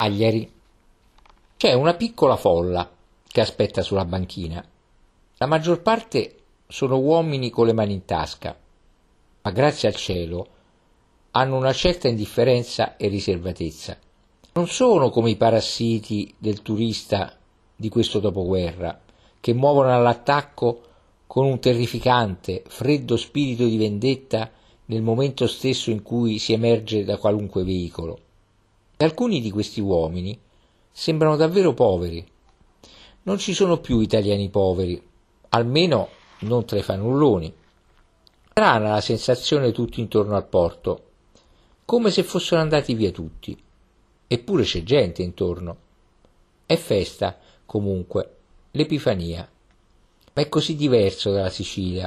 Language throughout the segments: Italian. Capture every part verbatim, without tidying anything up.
Cagliari. C'è una piccola folla che aspetta sulla banchina. La maggior parte sono uomini con le mani in tasca, ma grazie al cielo hanno una certa indifferenza e riservatezza. Non sono come i parassiti del turista di questo dopoguerra, che muovono all'attacco con un terrificante, freddo spirito di vendetta nel momento stesso in cui si emerge da qualunque veicolo. E alcuni di questi uomini sembrano davvero poveri. Non ci sono più italiani poveri, almeno non tra i fannulloni. Strana la sensazione tutto intorno al porto, come se fossero andati via tutti. Eppure c'è gente intorno. È festa, comunque, l'Epifania. Ma è così diverso dalla Sicilia.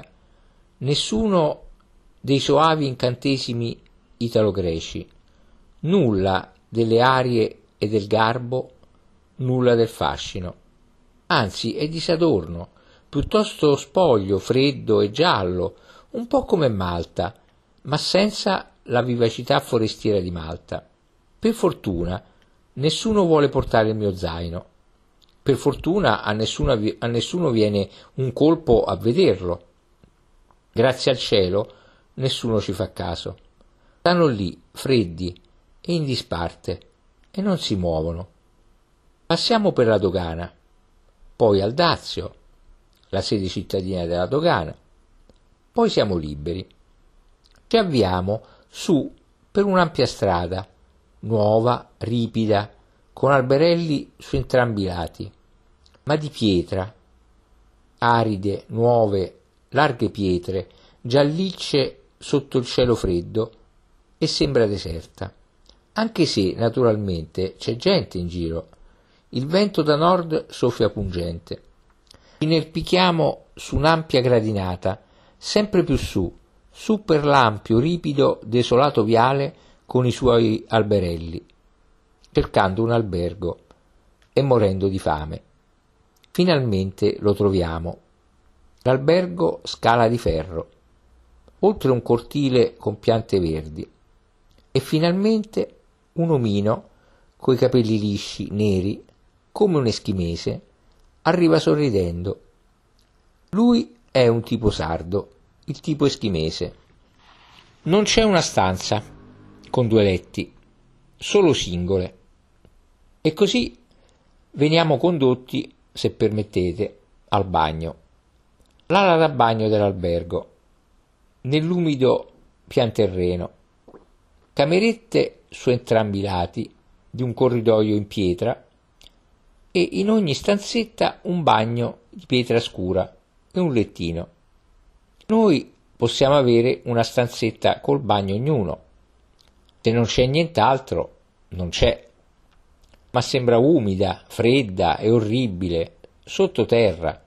Nessuno dei soavi incantesimi italo-greci, nulla delle arie e del garbo, nulla del fascino. Anzi, è disadorno, piuttosto spoglio, freddo e giallo, un po' come Malta, ma senza la vivacità forestiera di Malta. Per fortuna nessuno vuole portare il mio zaino. Per fortuna a nessuno, a nessuno viene un colpo a vederlo. Grazie al cielo nessuno ci fa caso. Stanno lì, freddi e in disparte, e non si muovono. Passiamo per la dogana, poi al Dazio, la sede cittadina della dogana, poi siamo liberi. Ci avviamo su per un'ampia strada, nuova, ripida, con alberelli su entrambi i lati, ma di pietra, aride, nuove, larghe pietre, giallicce sotto il cielo freddo, e sembra deserta, anche se naturalmente c'è gente in giro. Il vento da nord soffia pungente. Ci inerpichiamo su un'ampia gradinata, sempre più su, su per l'ampio, ripido, desolato viale con i suoi alberelli, cercando un albergo e morendo di fame. Finalmente lo troviamo. L'albergo Scala di Ferro, oltre un cortile con piante verdi, e finalmente un omino coi capelli lisci, neri, come un eschimese, arriva sorridendo. Lui è un tipo sardo, il tipo eschimese. Non c'è una stanza con due letti, solo singole. E così veniamo condotti, se permettete, al bagno. L'ala da bagno dell'albergo, nell'umido pianterreno, camerette su entrambi i lati di un corridoio in pietra e in ogni stanzetta un bagno di pietra scura e un lettino. Noi possiamo avere una stanzetta col bagno ognuno. Se non c'è nient'altro, non c'è, ma sembra umida, fredda e orribile, sottoterra.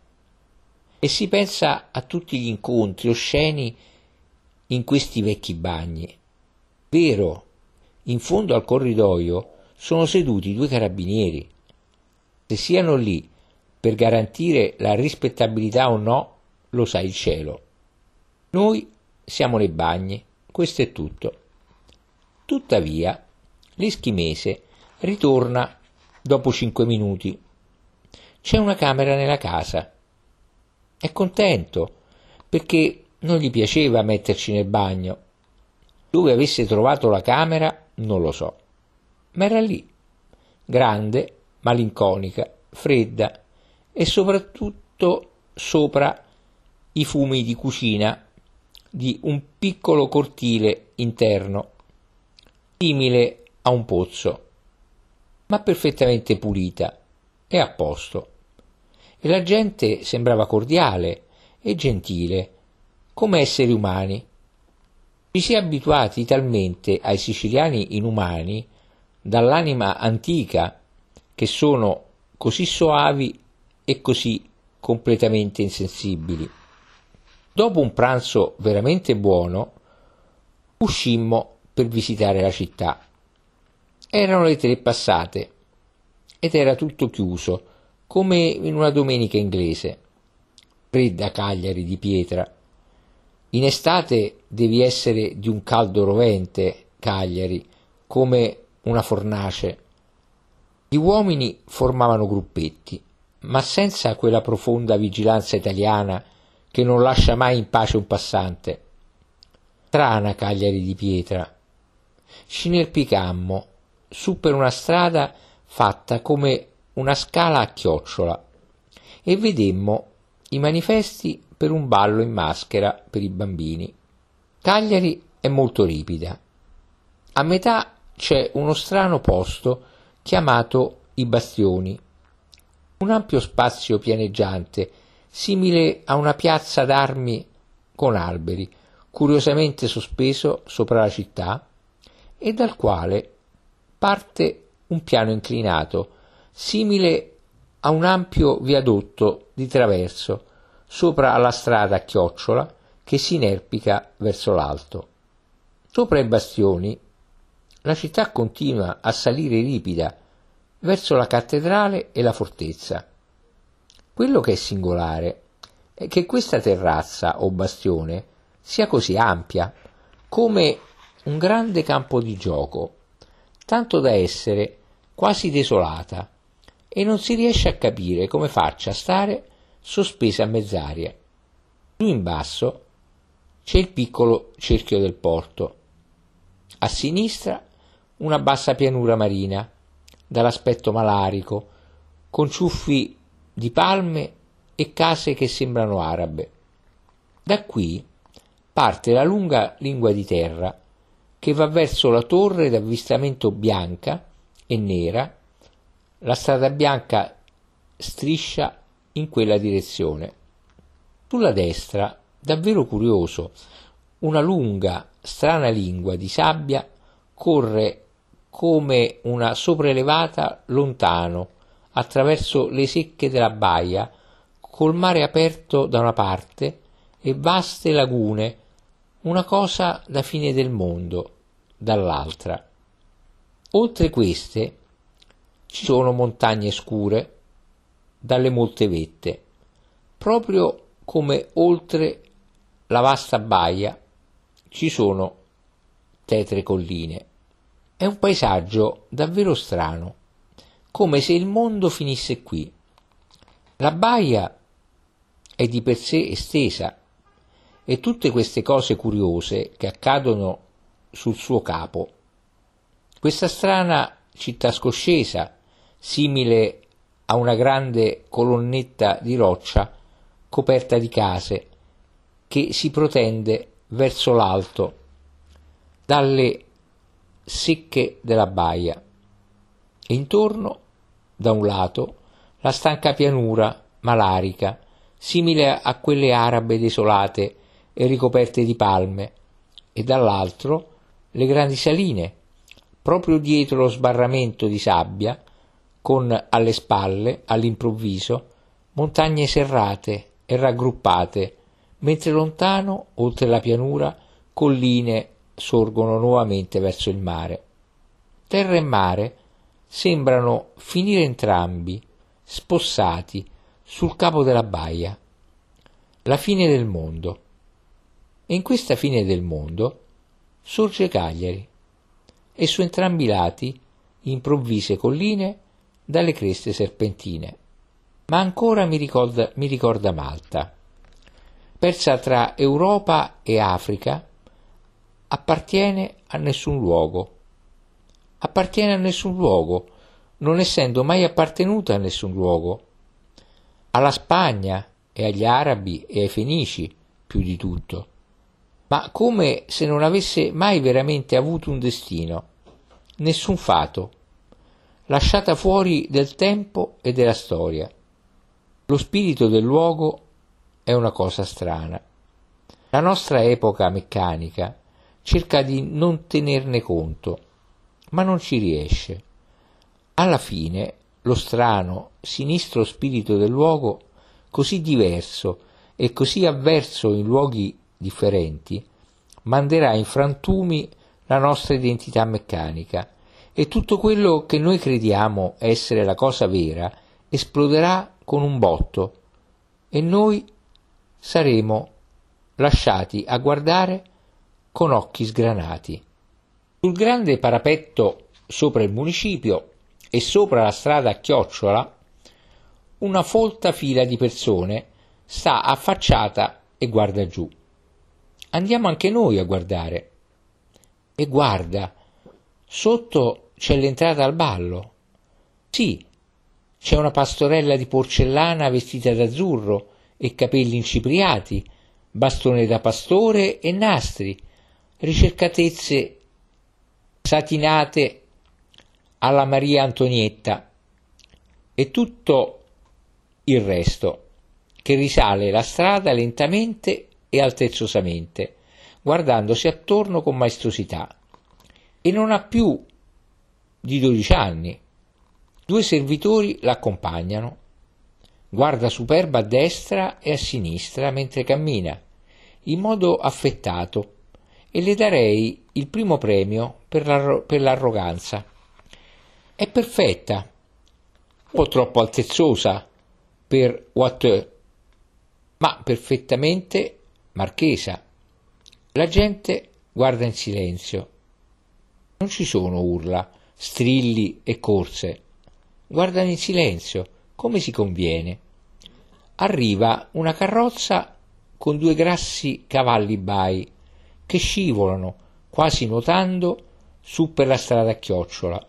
E si pensa a tutti gli incontri osceni in questi vecchi bagni. Vero, in fondo al corridoio sono seduti due carabinieri. Se siano lì per garantire la rispettabilità o no, lo sa il cielo. Noi siamo nei bagni, questo è tutto. Tuttavia, l'eschimese ritorna dopo cinque minuti. C'è una camera nella casa. È contento, perché non gli piaceva metterci nel bagno. Dove avesse trovato la camera non lo so, ma era lì, grande, malinconica, fredda e soprattutto sopra i fumi di cucina di un piccolo cortile interno, simile a un pozzo, ma perfettamente pulita e a posto. E la gente sembrava cordiale e gentile, come esseri umani. Ci si è abituati talmente ai siciliani inumani, dall'anima antica, che sono così soavi e così completamente insensibili. Dopo un pranzo veramente buono, uscimmo per visitare la città. Erano le tre passate ed era tutto chiuso, come in una domenica inglese. Fredda Cagliari di pietra. In estate devi essere di un caldo rovente, Cagliari, come una fornace. Gli uomini formavano gruppetti, ma senza quella profonda vigilanza italiana che non lascia mai in pace un passante. Strana Cagliari di pietra. Ci inerpicammo su per una strada fatta come una scala a chiocciola e vedemmo i manifesti per un ballo in maschera per i bambini. Cagliari è molto ripida. A metà c'è uno strano posto chiamato I Bastioni, un ampio spazio pianeggiante simile a una piazza d'armi con alberi, curiosamente sospeso sopra la città, e dal quale parte un piano inclinato, simile a un ampio viadotto di traverso sopra la strada a chiocciola che si inerpica verso l'alto. Sopra i bastioni la città continua a salire ripida verso la cattedrale e la fortezza. Quello che è singolare è che questa terrazza o bastione sia così ampia, come un grande campo di gioco, tanto da essere quasi desolata, e non si riesce a capire come faccia a stare sospesa a mezz'aria. Giù in basso c'è il piccolo cerchio del porto, a sinistra una bassa pianura marina, dall'aspetto malarico, con ciuffi di palme e case che sembrano arabe. Da qui parte la lunga lingua di terra che va verso la torre d'avvistamento bianca e nera. La strada bianca striscia in quella direzione. Sulla destra, davvero curioso, una lunga, strana lingua di sabbia corre come una sopraelevata lontano attraverso le secche della baia, col mare aperto da una parte e vaste lagune, una cosa da fine del mondo, dall'altra. Oltre queste ci sono montagne scure, dalle molte vette, proprio come oltre la vasta baia ci sono tetre colline. È un paesaggio davvero strano, come se il mondo finisse qui. La baia è di per sé estesa e tutte queste cose curiose che accadono sul suo capo. Questa strana città scoscesa, simile a una grande colonnetta di roccia coperta di case, che si protende verso l'alto dalle secche della baia, e intorno, da un lato, la stanca pianura malarica, simile a quelle arabe desolate e ricoperte di palme, e dall'altro le grandi saline, proprio dietro lo sbarramento di sabbia, con alle spalle, all'improvviso, montagne serrate e raggruppate, mentre lontano, oltre la pianura, colline sorgono nuovamente verso il mare. Terra e mare sembrano finire entrambi, spossati, sul capo della baia. La fine del mondo. E in questa fine del mondo sorge Cagliari, e su entrambi i lati improvvise colline dalle creste serpentine. Ma ancora mi ricorda, mi ricorda Malta, persa tra Europa e Africa, appartiene a nessun luogo. Appartiene a nessun luogo, non essendo mai appartenuta a nessun luogo. Alla Spagna e agli arabi e ai fenici, più di tutto, ma come se non avesse mai veramente avuto un destino, nessun fato, lasciata fuori del tempo e della storia. Lo spirito del luogo è una cosa strana. La nostra epoca meccanica cerca di non tenerne conto, ma non ci riesce. Alla fine, lo strano, sinistro spirito del luogo, così diverso e così avverso in luoghi differenti, manderà in frantumi la nostra identità meccanica, e tutto quello che noi crediamo essere la cosa vera esploderà con un botto, e noi saremo lasciati a guardare con occhi sgranati. Sul grande parapetto sopra il municipio e sopra la strada a chiocciola una folta fila di persone sta affacciata e guarda giù. Andiamo anche noi a guardare. E guarda, sotto c'è l'entrata al ballo. Sì, c'è una pastorella di porcellana vestita d'azzurro e capelli incipriati, bastone da pastore e nastri, ricercatezze satinate alla Maria Antonietta e tutto il resto, che risale la strada lentamente e altrezzosamente, guardandosi attorno con maestosità, e non ha più di dodici anni. Due servitori l'accompagnano. Guarda superba a destra e a sinistra mentre cammina, in modo affettato, e le darei il primo premio per, l'arro- per l'arroganza. È perfetta, un po' troppo altezzosa per Watteau, ma perfettamente marchesa. La gente guarda in silenzio. Non ci sono urla, strilli e corse. Guardano in silenzio, come si conviene. Arriva una carrozza con due grassi cavalli bai che scivolano, quasi nuotando, su per la strada a chiocciola.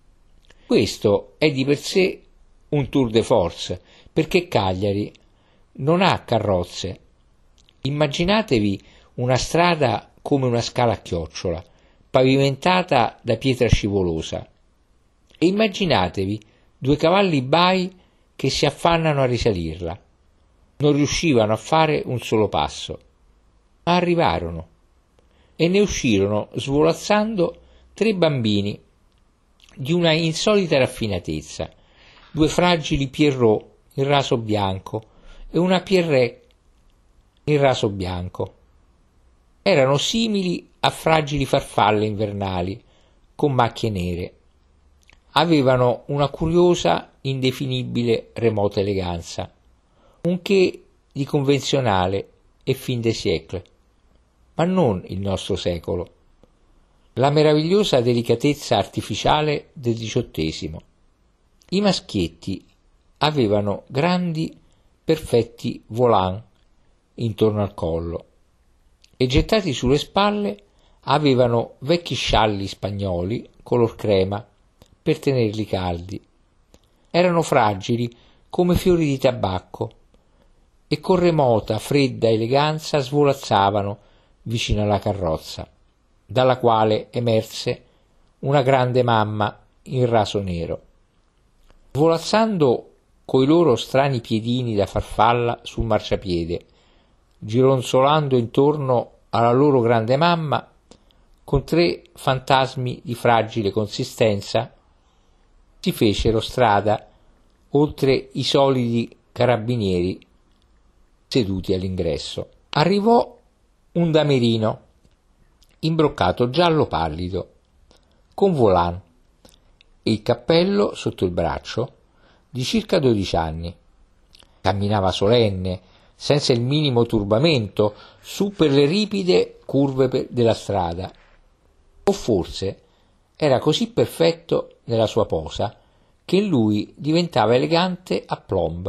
Questo è di per sé un tour de force, perché Cagliari non ha carrozze. Immaginatevi una strada come una scala a chiocciola, pavimentata da pietra scivolosa, e immaginatevi due cavalli bai che si affannano a risalirla. Non riuscivano a fare un solo passo, ma arrivarono, e ne uscirono svolazzando tre bambini di una insolita raffinatezza, due fragili Pierrot in raso bianco e una Pierrette in raso bianco. Erano simili a fragili farfalle invernali con macchie nere. Avevano una curiosa, indefinibile, remota eleganza, un che di convenzionale e fin de siècle, ma non il nostro secolo, la meravigliosa delicatezza artificiale del diciottesimo. I maschietti avevano grandi, perfetti volant intorno al collo e gettati sulle spalle avevano vecchi scialli spagnoli color crema per tenerli caldi. Erano fragili come fiori di tabacco e con remota, fredda eleganza svolazzavano vicino alla carrozza, dalla quale emerse una grande mamma in raso nero. Svolazzando coi loro strani piedini da farfalla sul marciapiede, gironzolando intorno alla loro grande mamma, con tre fantasmi di fragile consistenza, si fecero strada oltre i solidi carabinieri seduti all'ingresso. Arrivò un damerino imbroccato giallo pallido, con volant e il cappello sotto il braccio, di circa dodici anni. Camminava solenne, senza il minimo turbamento, su per le ripide curve della strada. O forse era così perfetto nella sua posa che in lui diventava elegante a plomb.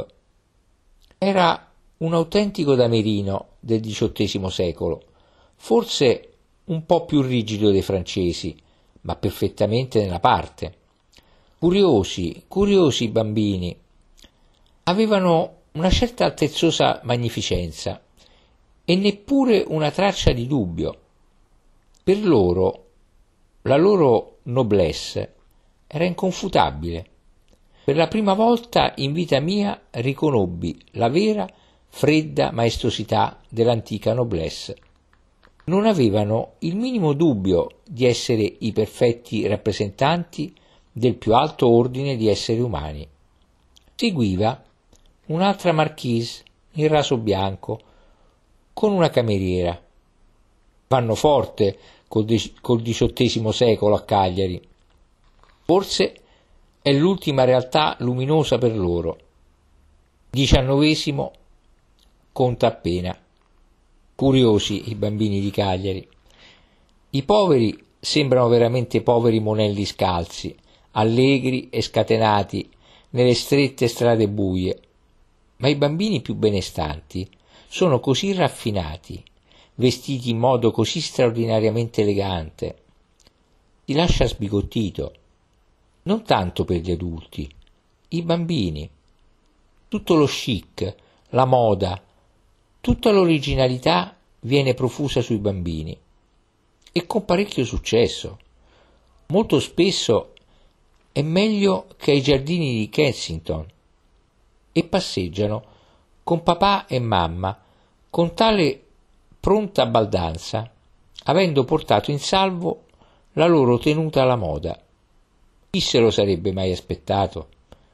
Era un autentico damerino del diciottesimo secolo, forse un po' più rigido dei francesi, ma perfettamente nella parte. Curiosi, curiosi i bambini. Avevano una certa altezzosa magnificenza e neppure una traccia di dubbio. Per loro, la loro noblesse era inconfutabile. Per la prima volta in vita mia riconobbi la vera, fredda maestosità dell'antica noblesse. Non avevano il minimo dubbio di essere i perfetti rappresentanti del più alto ordine di esseri umani. Seguiva un'altra marchise in raso bianco con una cameriera. Vanno forte col, de- col diciottesimo secolo a Cagliari. Forse è l'ultima realtà luminosa per loro. Diciannovesimo conta appena. Curiosi i bambini di Cagliari. I poveri sembrano veramente poveri monelli scalzi, allegri e scatenati nelle strette strade buie, ma i bambini più benestanti sono così raffinati, vestiti in modo così straordinariamente elegante. Ti lascia sbigottito, non tanto per gli adulti, i bambini. Tutto lo chic, la moda, tutta l'originalità viene profusa sui bambini, e con parecchio successo. Molto spesso è meglio che ai giardini di Kensington, e passeggiano con papà e mamma con tale pronta baldanza, avendo portato in salvo la loro tenuta alla moda. Chi se lo sarebbe mai aspettato?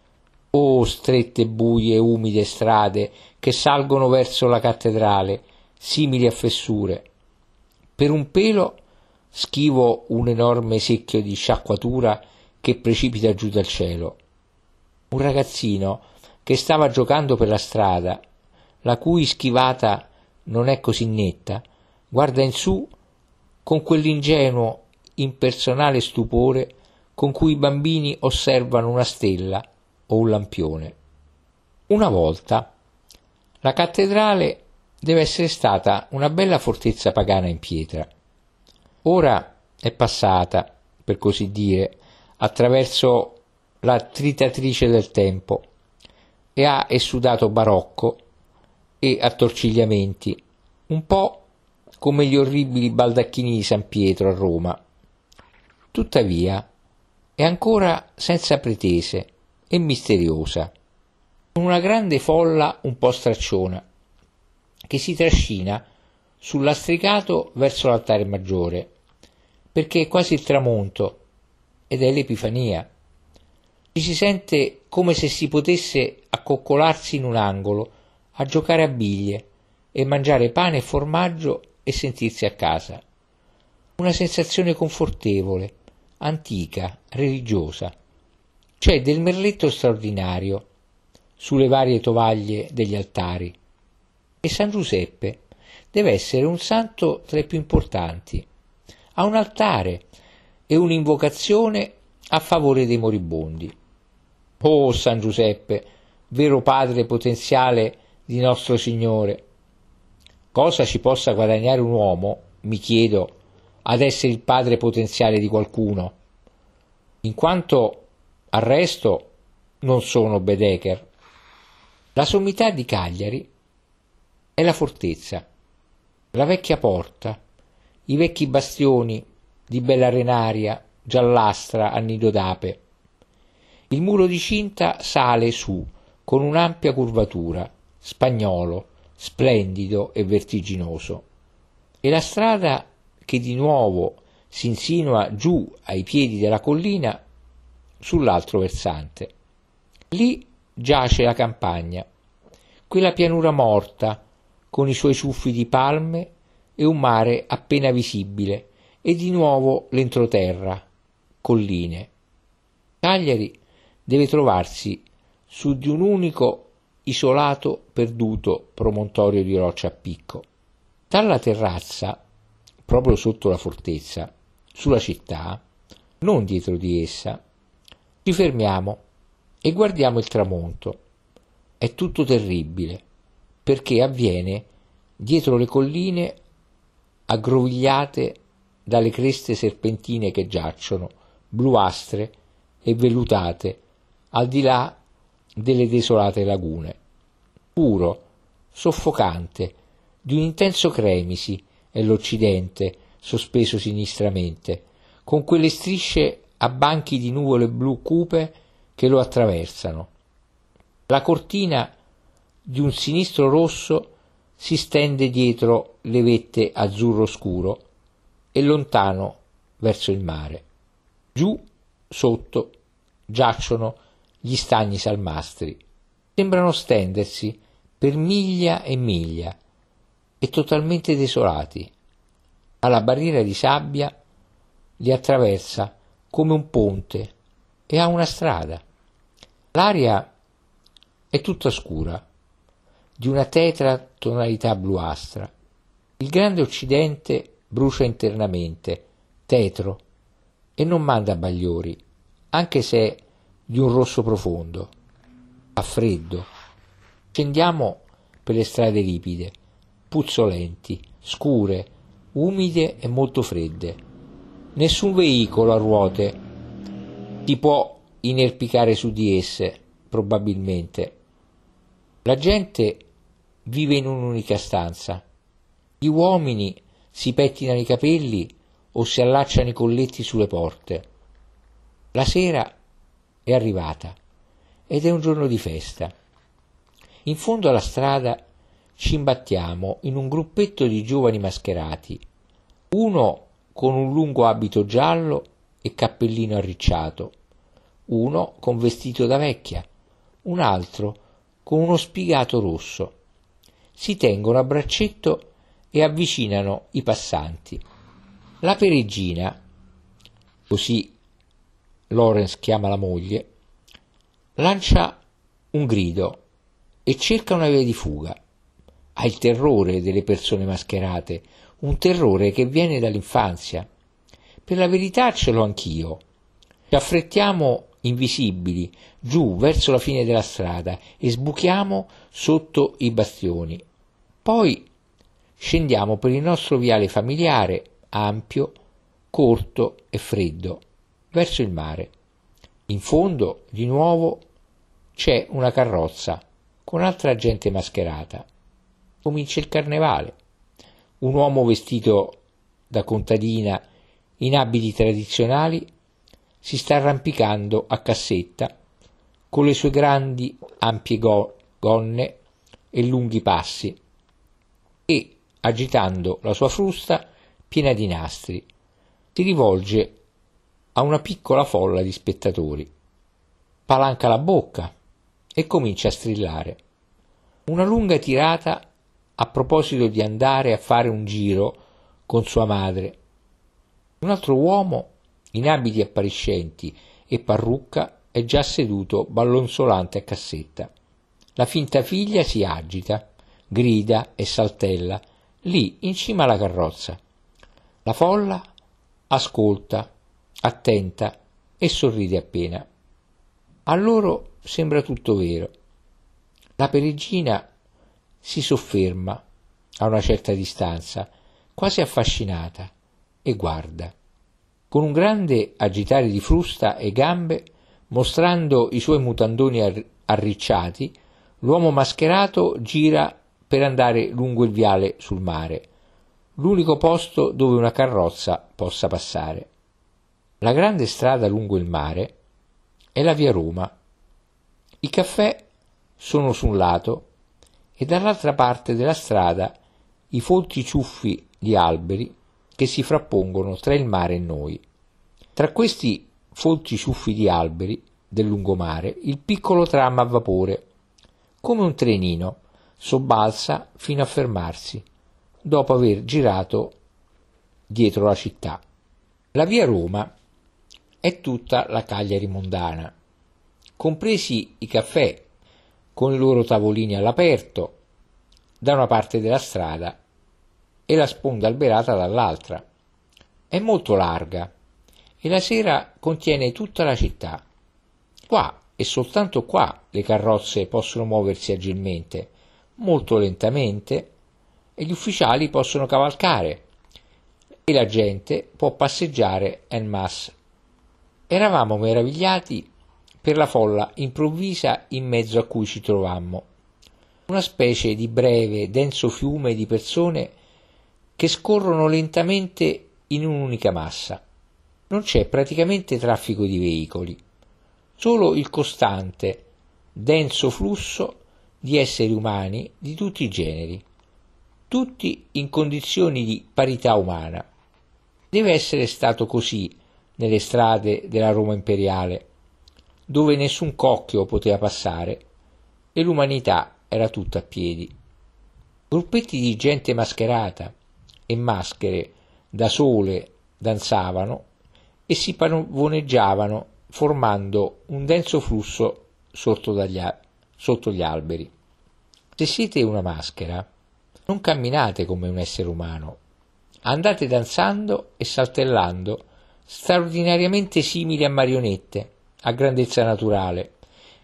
Oh, strette, buie, umide strade che salgono verso la cattedrale, simili a fessure. Per un pelo schivo un enorme secchio di sciacquatura che precipita giù dal cielo. Un ragazzino che stava giocando per la strada, la cui schivata non è così netta, guarda in su con quell'ingenuo, impersonale stupore con cui i bambini osservano una stella o un lampione. Una volta la cattedrale deve essere stata una bella fortezza pagana in pietra. Ora è passata, per così dire, attraverso la tritatrice del tempo e ha essudato barocco e attorcigliamenti, un po' come gli orribili baldacchini di San Pietro a Roma. Tuttavia è ancora senza pretese e misteriosa, con una grande folla un po' stracciona, che si trascina sul lastricato verso l'altare maggiore, perché è quasi il tramonto ed è l'Epifania. Ci si sente come se si potesse accoccolarsi in un angolo a giocare a biglie e mangiare pane e formaggio e sentirsi a casa. Una sensazione confortevole, antica, religiosa. C'è del merletto straordinario sulle varie tovaglie degli altari, e San Giuseppe deve essere un santo tra i più importanti. Ha un altare e un'invocazione a favore dei moribondi. Oh San Giuseppe, vero padre potenziale di nostro Signore! Cosa ci possa guadagnare un uomo, mi chiedo, ad essere il padre potenziale di qualcuno, in quanto al resto non sono Baedeker. La sommità di Cagliari è la fortezza, la vecchia porta, i vecchi bastioni di bella arenaria giallastra a nido d'ape. Il muro di cinta sale su con un'ampia curvatura, spagnolo, splendido e vertiginoso, e la strada che di nuovo si insinua giù ai piedi della collina sull'altro versante. Lì giace la campagna, quella pianura morta con i suoi ciuffi di palme e un mare appena visibile, e di nuovo l'entroterra, colline. Cagliari deve trovarsi su di un unico isolato perduto promontorio di roccia a picco. Dalla terrazza, proprio sotto la fortezza, sulla città, non dietro di essa, ci fermiamo e guardiamo il tramonto. È tutto terribile, perché avviene dietro le colline aggrovigliate dalle creste serpentine che giacciono, bluastre e vellutate, al di là delle desolate lagune. Puro, soffocante, di un intenso cremisi è l'Occidente sospeso sinistramente, con quelle strisce a banchi di nuvole blu cupe che lo attraversano. La cortina di un sinistro rosso si stende dietro le vette azzurro scuro e lontano verso il mare. Giù, sotto, giacciono gli stagni salmastri. Sembrano stendersi per miglia e miglia e totalmente desolati. Alla barriera di sabbia li attraversa come un ponte e ha una strada. L'aria è tutta scura, di una tetra tonalità bluastra. Il grande Occidente brucia internamente, tetro, e non manda bagliori, anche se è di un rosso profondo. Fa freddo. Scendiamo per le strade ripide, puzzolenti, scure, umide e molto fredde. Nessun veicolo a ruote si può inerpicare su di esse, probabilmente. La gente vive in un'unica stanza. Gli uomini si pettinano i capelli o si allacciano i colletti sulle porte. La sera è arrivata ed è un giorno di festa. In fondo alla strada ci imbattiamo in un gruppetto di giovani mascherati, uno con un lungo abito giallo e cappellino arricciato, uno con vestito da vecchia, un altro con uno spigato rosso. Si tengono a braccetto e avvicinano i passanti. La Peregrina, così Lawrence chiama la moglie, lancia un grido e cerca una via di fuga. Ha il terrore delle persone mascherate, un terrore che viene dall'infanzia. Per la verità ce l'ho anch'io. Ci affrettiamo invisibili giù verso la fine della strada e sbuchiamo sotto i bastioni. Poi scendiamo per il nostro viale familiare, ampio, corto e freddo, verso il mare. In fondo, di nuovo, c'è una carrozza con altra gente mascherata. Comincia il carnevale. Un uomo vestito da contadina in abiti tradizionali si sta arrampicando a cassetta con le sue grandi ampie go- gonne e lunghi passi e, agitando la sua frusta piena di nastri, si rivolge a una piccola folla di spettatori. Palanca la bocca e comincia a strillare. Una lunga tirata a proposito di andare a fare un giro con sua madre. Un altro uomo, in abiti appariscenti e parrucca, è già seduto ballonzolante a cassetta. La finta figlia si agita, grida e saltella, lì in cima alla carrozza. La folla ascolta, attenta e sorride appena. A loro sembra tutto vero. La Peregrina si sofferma a una certa distanza, quasi affascinata, e guarda. Con un grande agitare di frusta e gambe, mostrando i suoi mutandoni arricciati, l'uomo mascherato gira per andare lungo il viale sul mare, l'unico posto dove una carrozza possa passare. La grande strada lungo il mare è la via Roma. I caffè sono su un lato e dall'altra parte della strada i folti ciuffi di alberi che si frappongono tra il mare e noi. Tra questi folti ciuffi di alberi del lungomare il piccolo tram a vapore, come un trenino, sobbalza fino a fermarsi, dopo aver girato dietro la città. La via Roma è tutta la Cagliari mondana, compresi i caffè con i loro tavolini all'aperto da una parte della strada e la sponda alberata dall'altra. È molto larga e la sera contiene tutta la città. Qua e soltanto qua le carrozze possono muoversi agilmente, molto lentamente, e gli ufficiali possono cavalcare e la gente può passeggiare en masse. Eravamo meravigliati per la folla improvvisa in mezzo a cui ci trovammo, una specie di breve, denso fiume di persone che scorrono lentamente in un'unica massa. Non c'è praticamente traffico di veicoli, solo il costante, denso flusso di esseri umani di tutti i generi, tutti in condizioni di parità umana. Deve essere stato così nelle strade della Roma imperiale, dove nessun cocchio poteva passare e l'umanità era tutta a piedi. Gruppetti di gente mascherata e maschere da sole danzavano e si pavoneggiavano formando un denso flusso sotto, dagli a- sotto gli alberi. Se siete una maschera, non camminate come un essere umano, andate danzando e saltellando straordinariamente simili a marionette, a grandezza naturale,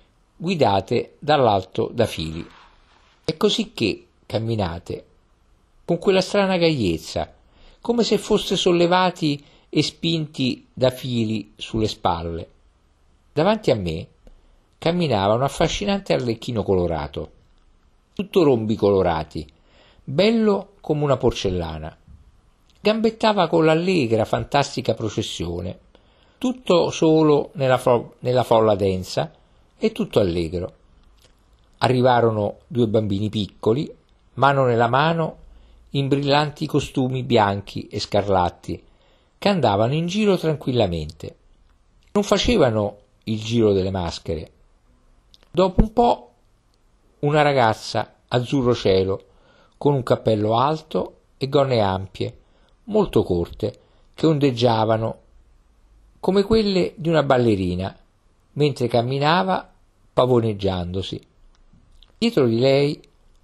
guidate dall'alto da fili. E così che camminate con quella strana gaiezza, come se foste sollevati e spinti da fili sulle spalle. Davanti a me camminava un affascinante arlecchino colorato, tutto rombi colorati, bello come una porcellana. Gambettava con l'allegra, fantastica processione, tutto solo nella, fo- nella folla densa e tutto allegro. Arrivarono due bambini piccoli, mano nella mano, in brillanti costumi bianchi e scarlatti, che andavano in giro tranquillamente. Non facevano il giro delle maschere. Dopo un po' una ragazza azzurro cielo, con un cappello alto e gonne ampie, molto corte, che ondeggiavano come quelle di una ballerina, mentre camminava pavoneggiandosi. Dietro di lei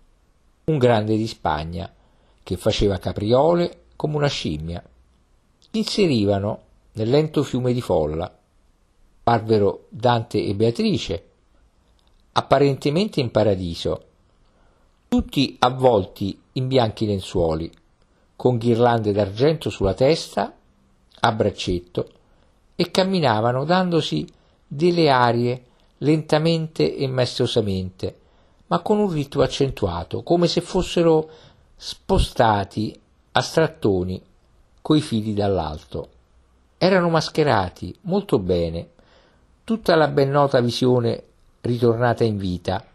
un grande di Spagna, che faceva capriole come una scimmia. Si inserivano nel lento fiume di folla. Parvero Dante e Beatrice, apparentemente in paradiso, tutti avvolti in bianchi lenzuoli, con ghirlande d'argento sulla testa, a braccetto, e camminavano dandosi delle arie lentamente e maestosamente, ma con un ritmo accentuato, come se fossero spostati a strattoni coi fili dall'alto. Erano mascherati molto bene, tutta la ben nota visione ritornata in vita,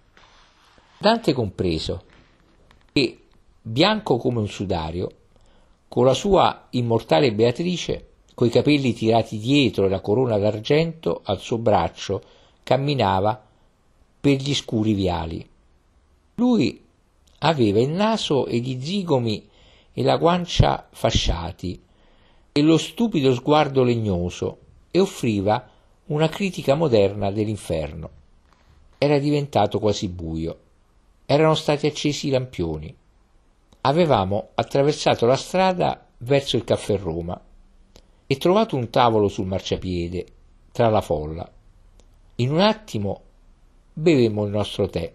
Dante compreso, e, bianco come un sudario, con la sua immortale Beatrice, coi capelli tirati dietro e la corona d'argento al suo braccio, camminava per gli scuri viali. Lui aveva il naso e gli zigomi e la guancia fasciati e lo stupido sguardo legnoso, e offriva una critica moderna dell'inferno. Era diventato quasi buio. Erano stati accesi i lampioni. Avevamo attraversato la strada verso il caffè Roma e trovato un tavolo sul marciapiede tra la folla. In un attimo bevemmo il nostro tè.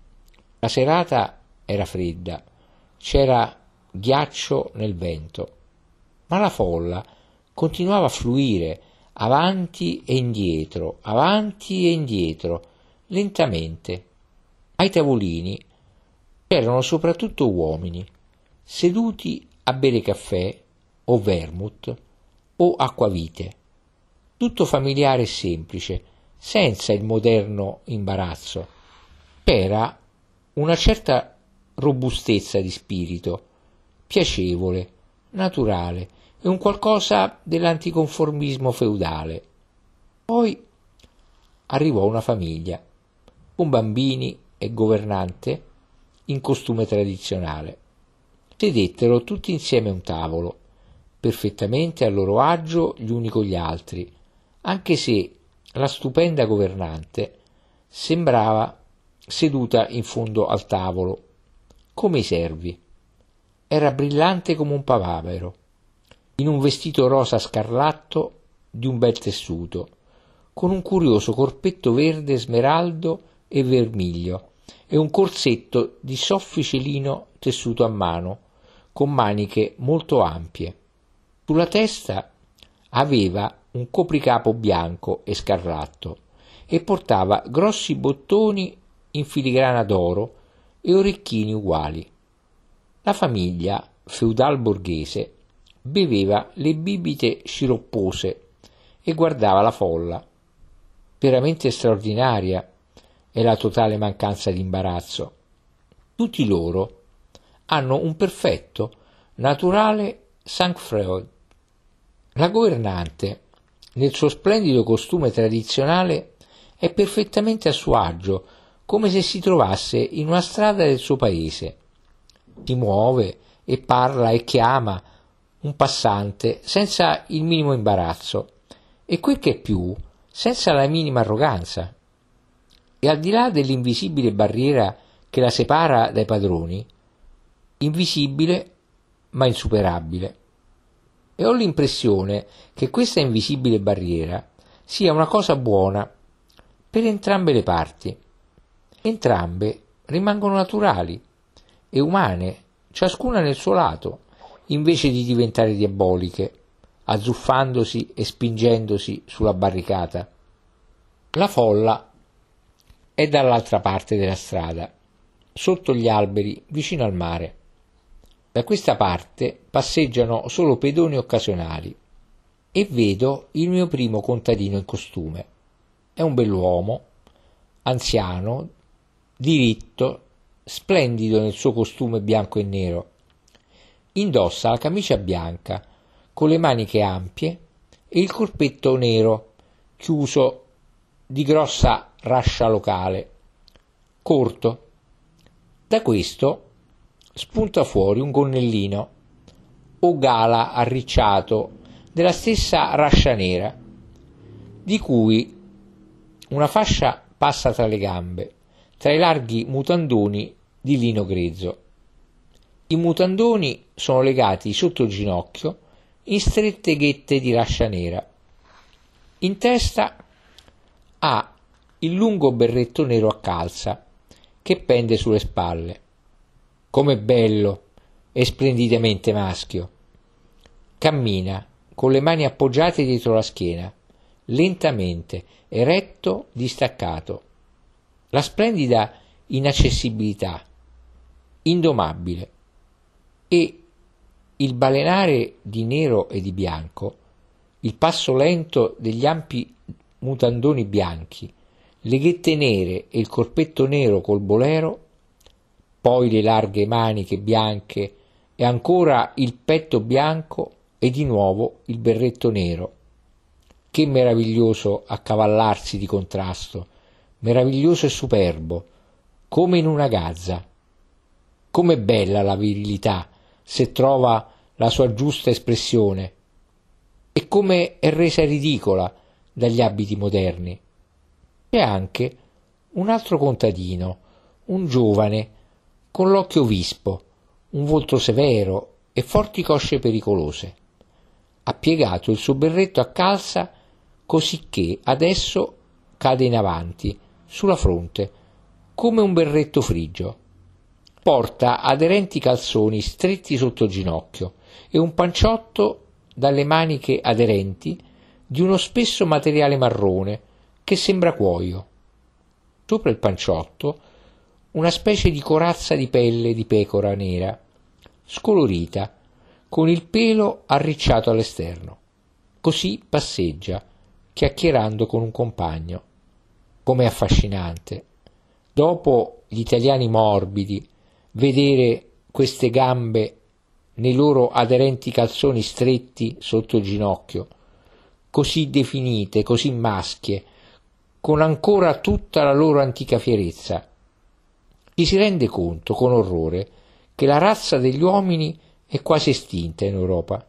La serata era fredda, c'era ghiaccio nel vento, ma la folla continuava a fluire avanti e indietro, avanti e indietro, lentamente. Ai tavolini c'erano soprattutto uomini, seduti a bere caffè o vermouth o acquavite, tutto familiare e semplice, senza il moderno imbarazzo. C'era una certa robustezza di spirito, piacevole, naturale, e un qualcosa dell'anticonformismo feudale. Poi arrivò una famiglia, con bambini e governante in costume tradizionale. Sedettero tutti insieme a un tavolo, perfettamente a loro agio gli uni con gli altri, anche se la stupenda governante sembrava seduta in fondo al tavolo, come i servi. Era brillante come un papavero, in un vestito rosa scarlatto di un bel tessuto, con un curioso corpetto verde smeraldo e vermiglio e un corsetto di soffice lino tessuto a mano, con maniche molto ampie. Sulla testa aveva un copricapo bianco e scarlatto e portava grossi bottoni in filigrana d'oro e orecchini uguali. La famiglia feudal borghese beveva le bibite sciroppose e guardava la folla. Veramente straordinaria è la totale mancanza di imbarazzo. Tutti loro hanno un perfetto, naturale sang-froid. La governante, nel suo splendido costume tradizionale, è perfettamente a suo agio, come se si trovasse in una strada del suo paese. Si muove e parla e chiama un passante senza il minimo imbarazzo e, quel che è più, senza la minima arroganza. E al di là dell'invisibile barriera che la separa dai padroni, invisibile ma insuperabile. E ho l'impressione che questa invisibile barriera sia una cosa buona per entrambe le parti. Entrambe rimangono naturali e umane, ciascuna nel suo lato, invece di diventare diaboliche, azzuffandosi e spingendosi sulla barricata. La folla è dall'altra parte della strada, sotto gli alberi, vicino al mare. Da questa parte passeggiano solo pedoni occasionali e vedo il mio primo contadino in costume. È un bell'uomo, anziano, diritto, splendido nel suo costume bianco e nero. Indossa la camicia bianca con le maniche ampie e il corpetto nero chiuso di grossa rascia locale, corto. Da questo spunta fuori un gonnellino o gala arricciato della stessa rascia nera, di cui una fascia passa tra le gambe, tra i larghi mutandoni di lino grezzo. I mutandoni sono legati sotto il ginocchio in strette ghette di rascia nera. In testa ha il lungo berretto nero a calza che pende sulle spalle. Com'è bello e splendidamente maschio. Cammina con le mani appoggiate dietro la schiena, lentamente, eretto, distaccato. La splendida inaccessibilità, indomabile, e il balenare di nero e di bianco, il passo lento degli ampi mutandoni bianchi, le ghette nere e il corpetto nero col bolero, poi le larghe maniche bianche e ancora il petto bianco e di nuovo il berretto nero. Che meraviglioso accavallarsi di contrasto, meraviglioso e superbo, come in una gazza. Com'è bella la virilità se trova la sua giusta espressione, e come è resa ridicola dagli abiti moderni. C'è anche un altro contadino, un giovane, con l'occhio vispo, un volto severo e forti cosce pericolose. Ha piegato il suo berretto a calza cosicché adesso cade in avanti, sulla fronte, come un berretto frigio. Porta aderenti calzoni stretti sotto il ginocchio e un panciotto dalle maniche aderenti di uno spesso materiale marrone che sembra cuoio. Sopra il panciotto una specie di corazza di pelle di pecora nera, scolorita, con il pelo arricciato all'esterno. Così passeggia, chiacchierando con un compagno. Com'è affascinante, dopo gli italiani morbidi, vedere queste gambe nei loro aderenti calzoni stretti sotto il ginocchio, così definite, così maschie, con ancora tutta la loro antica fierezza. Ci si rende conto con orrore che la razza degli uomini è quasi estinta in Europa.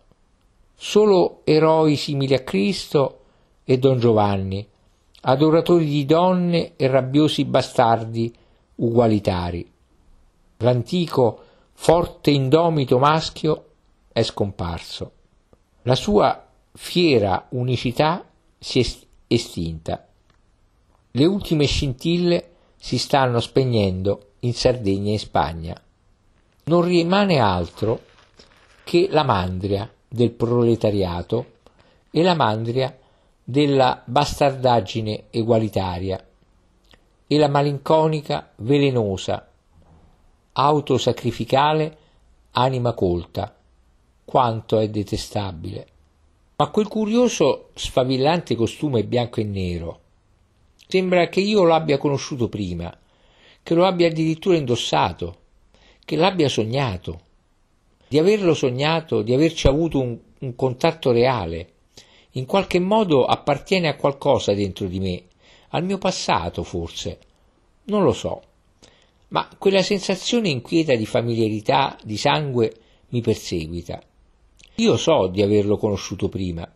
Solo eroi simili a Cristo e Don Giovanni, adoratori di donne e rabbiosi bastardi ugualitari. L'antico, forte indomito maschio è scomparso. La sua fiera unicità si è estinta. Le ultime scintille si stanno spegnendo in Sardegna e in Spagna. Non rimane altro che la mandria del proletariato e la mandria della bastardaggine egualitaria e la malinconica, velenosa, autosacrificale anima colta. Quanto è detestabile! Ma quel curioso, sfavillante costume bianco e nero sembra che io l'abbia conosciuto prima, che lo abbia addirittura indossato, che l'abbia sognato, di averlo sognato, di averci avuto un, un contatto reale. In qualche modo appartiene a qualcosa dentro di me, al mio passato forse, non lo so, ma quella sensazione inquieta di familiarità, di sangue, mi perseguita. Io so di averlo conosciuto prima.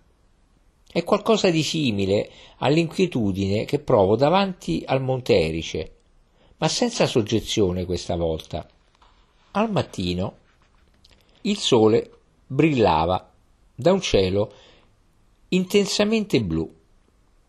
È qualcosa di simile all'inquietudine che provo davanti al Monte Erice, ma senza soggezione questa volta. Al mattino il sole brillava da un cielo intensamente blu.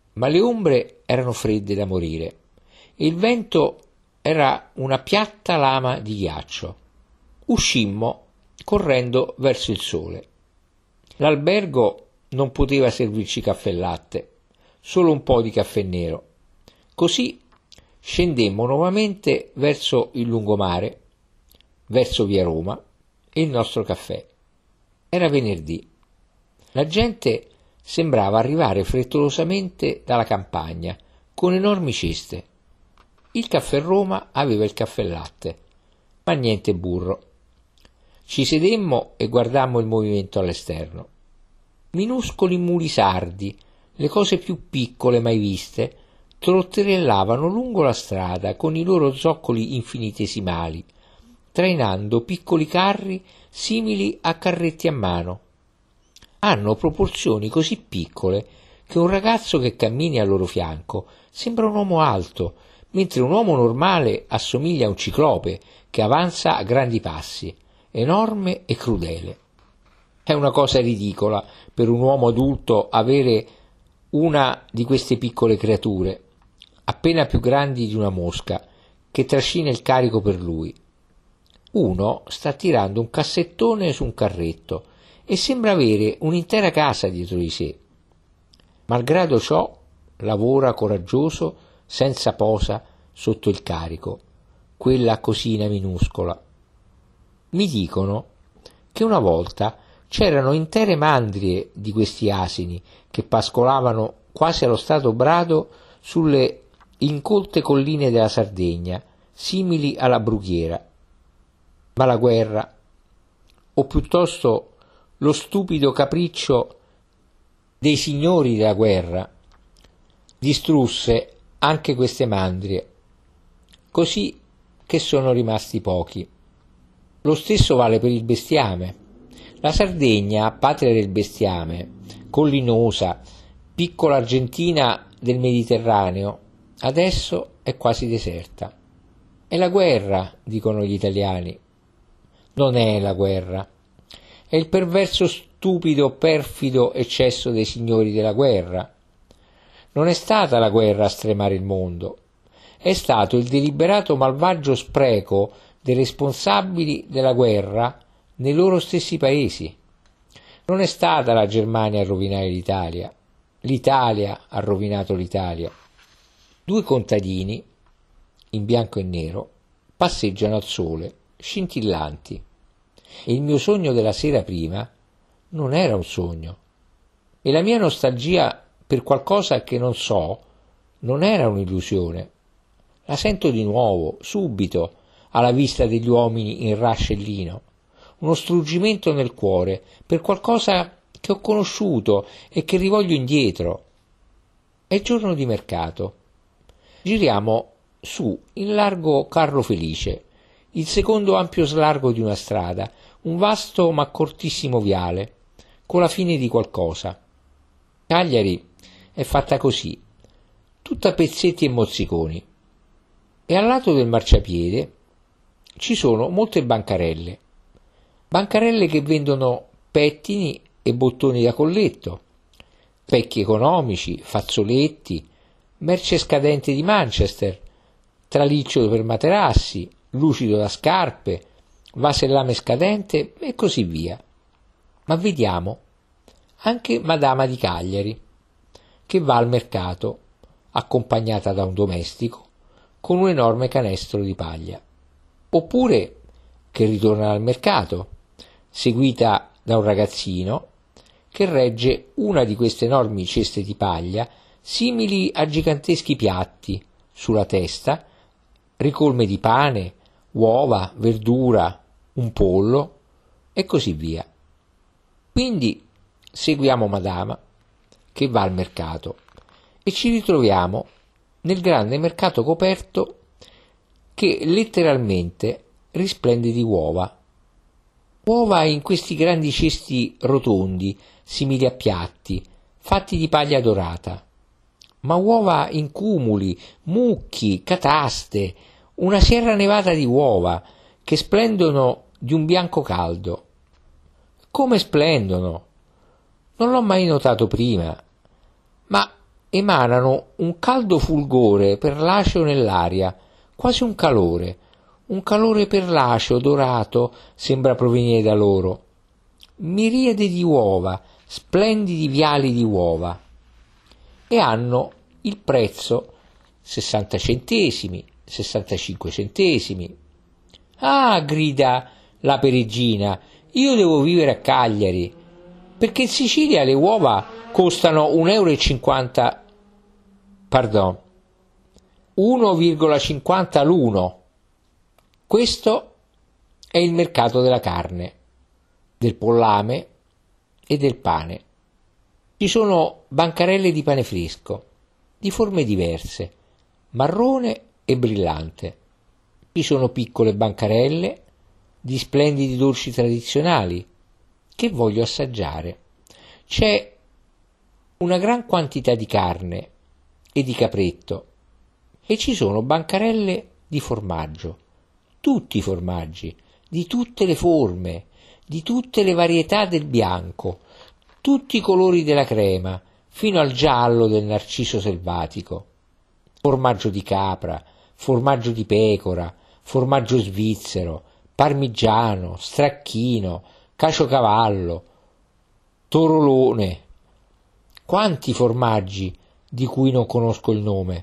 ma le ombre erano fredde da morire e il vento era una piatta lama di ghiaccio. Uscimmo correndo verso il sole. L'albergo non poteva servirci caffè e latte, solo un po' di caffè nero. Così scendemmo nuovamente verso il lungomare, verso via Roma e il nostro caffè. Era venerdì. La gente sembrava arrivare frettolosamente dalla campagna con enormi ceste. Il caffè Roma aveva il caffè latte, ma niente burro. Ci sedemmo e guardammo il movimento all'esterno. Minuscoli muli sardi, le cose più piccole mai viste, trotterellavano lungo la strada con i loro zoccoli infinitesimali, trainando piccoli carri simili a carretti a mano. Hanno proporzioni così piccole che un ragazzo che cammini al loro fianco sembra un uomo alto, mentre un uomo normale assomiglia a un ciclope che avanza a grandi passi, enorme e crudele. È una cosa ridicola per un uomo adulto avere una di queste piccole creature, appena più grandi di una mosca, che trascina il carico per lui. Uno sta tirando un cassettone su un carretto e sembra avere un'intera casa dietro di sé. Malgrado ciò, lavora coraggioso, senza posa, sotto il carico, quella cosina minuscola. Mi dicono che una volta c'erano intere mandrie di questi asini che pascolavano quasi allo stato brado sulle incolte colline della Sardegna, simili alla brughiera. Ma la guerra, o piuttosto lo stupido capriccio dei signori della guerra, distrusse anche queste mandrie, così che sono rimasti pochi. Lo stesso vale per il bestiame. La Sardegna, patria del bestiame, collinosa, piccola Argentina del Mediterraneo, adesso è quasi deserta. È la guerra, dicono gli italiani. Non è la guerra. È il perverso, stupido, perfido eccesso dei signori della guerra. Non è stata la guerra a stremare il mondo. È stato il deliberato malvagio spreco dei responsabili della guerra nei loro stessi paesi. Non è stata la Germania a rovinare l'Italia. L'Italia ha rovinato l'Italia. Due contadini, in bianco e nero, passeggiano al sole, scintillanti. E il mio sogno della sera prima non era un sogno. E la mia nostalgia per qualcosa che non so non era un'illusione. La sento di nuovo, subito, alla vista degli uomini in rascellino. Uno struggimento nel cuore per qualcosa che ho conosciuto e che rivoglio indietro. È giorno di mercato. Giriamo su in largo Carlo Felice, il secondo ampio slargo di una strada, un vasto ma cortissimo viale, con la fine di qualcosa. Cagliari è fatta così, tutta pezzetti e mozziconi. E al lato del marciapiede ci sono molte bancarelle, bancarelle che vendono pettini e bottoni da colletto, specchi economici, fazzoletti, merce scadente di Manchester, traliccio per materassi, lucido da scarpe, vasellame scadente e così via. Ma vediamo anche Madama di Cagliari, che va al mercato, accompagnata da un domestico, con un enorme canestro di paglia. Oppure che ritorna dal mercato, seguita da un ragazzino che regge una di queste enormi ceste di paglia, simili a giganteschi piatti, sulla testa, ricolme di pane, uova, verdura, un pollo e così via. Quindi seguiamo Madama, che va al mercato, e ci ritroviamo nel grande mercato coperto che letteralmente risplende di uova. Uova in questi grandi cesti rotondi, simili a piatti, fatti di paglia dorata, ma uova in cumuli, mucchi, cataste, una Sierra Nevada di uova che splendono di un bianco caldo. Come splendono! Non l'ho mai notato prima, ma emanano un caldo fulgore perlaceo nell'aria, quasi un calore, un calore perlaceo dorato sembra provenire da loro. Miriade di uova, splendidi viali di uova, e hanno il prezzo sessanta centesimi, sessantacinque centesimi. Ah, grida la Peregrina, io devo vivere a Cagliari, perché in Sicilia le uova costano un euro e cinquanta, pardon, uno virgola cinquanta l'uno. Questo è il mercato della carne, del pollame e del pane. Ci sono bancarelle di pane fresco, di forme diverse, marrone e brillante. Ci sono piccole bancarelle di splendidi dolci tradizionali che voglio assaggiare. C'è una gran quantità di carne e di capretto e ci sono bancarelle di formaggio, tutti i formaggi, di tutte le forme, di tutte le varietà del bianco, tutti i colori della crema, fino al giallo del narciso selvatico. Formaggio di capra, formaggio di pecora, formaggio svizzero, parmigiano, stracchino, caciocavallo, torolone. Quanti formaggi di cui non conosco il nome,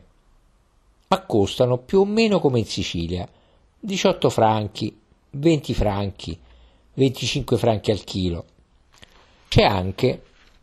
ma costano più o meno come in Sicilia, diciotto franchi, venti franchi, venticinque franchi al chilo. C'è anche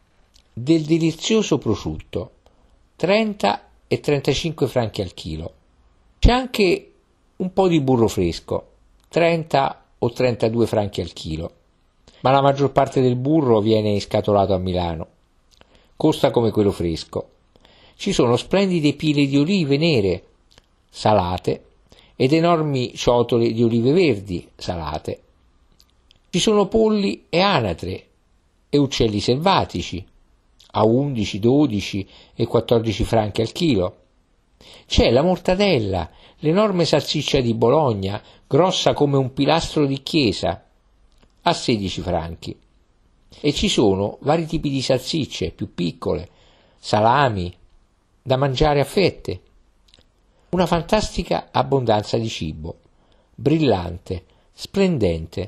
del delizioso prosciutto, trenta e trentacinque franchi al chilo. C'è anche un po' di burro fresco, trenta o trentadue franchi al chilo, ma la maggior parte del burro viene scatolato a Milano. Costa come quello fresco. Ci sono splendide pile di olive nere, salate, ed enormi ciotole di olive verdi, salate. Ci sono polli e anatre e uccelli selvatici, a undici, dodici e quattordici franchi al chilo. C'è la mortadella, l'enorme salsiccia di Bologna, grossa come un pilastro di chiesa, a sedici franchi. E ci sono vari tipi di salsicce più piccole, salami, da mangiare a fette. Una fantastica abbondanza di cibo, brillante, splendente.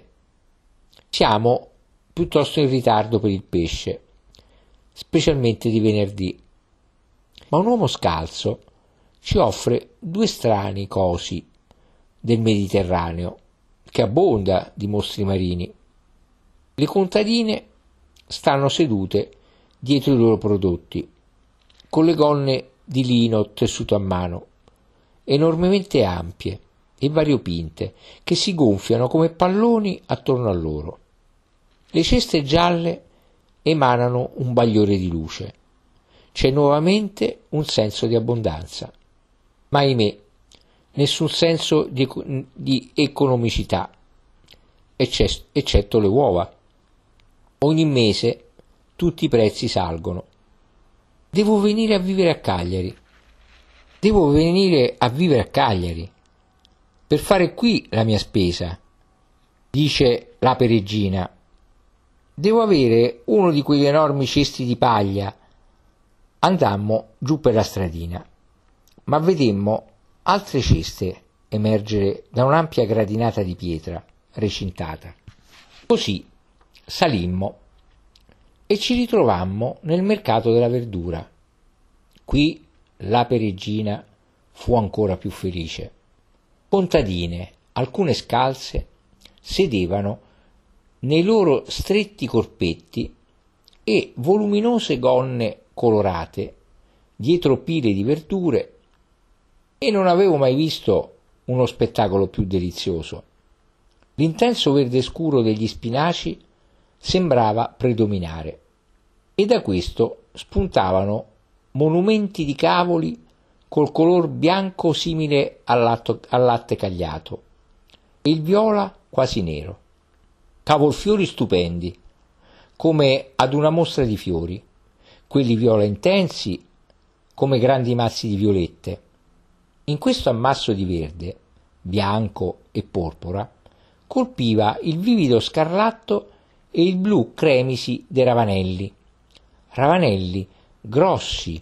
Siamo piuttosto in ritardo per il pesce, specialmente di venerdì. Ma un uomo scalzo ci offre due strani cosi del Mediterraneo, che abbonda di mostri marini. Le contadine stanno sedute dietro i loro prodotti, con le gonne di lino tessuto a mano, enormemente ampie e variopinte, che si gonfiano come palloni attorno a loro. Le ceste gialle emanano un bagliore di luce. C'è nuovamente un senso di abbondanza, ma ahimè, nessun senso di, di economicità, eccetto le uova. Ogni mese tutti i prezzi salgono. Devo venire a vivere a Cagliari. Devo venire a vivere a Cagliari per fare qui la mia spesa, dice la Peregrina. Devo avere uno di quegli enormi cesti di paglia. Andammo giù per la stradina, ma vedemmo altre ceste emergere da un'ampia gradinata di pietra recintata. Così salimmo e ci ritrovammo nel mercato della verdura. Qui la Peregrina fu ancora più felice. Contadine, alcune scalze, sedevano nei loro stretti corpetti e voluminose gonne colorate dietro pile di verdure, e non avevo mai visto uno spettacolo più delizioso. L'intenso verde scuro degli spinaci sembrava predominare, e da questo spuntavano monumenti di cavoli col color bianco simile al, latto, al latte cagliato e il viola quasi nero. Cavolfiori stupendi, come ad una mostra di fiori, quelli viola intensi come grandi mazzi di violette. In questo ammasso di verde, bianco e porpora, colpiva il vivido scarlatto e il blu cremisi dei ravanelli, ravanelli grossi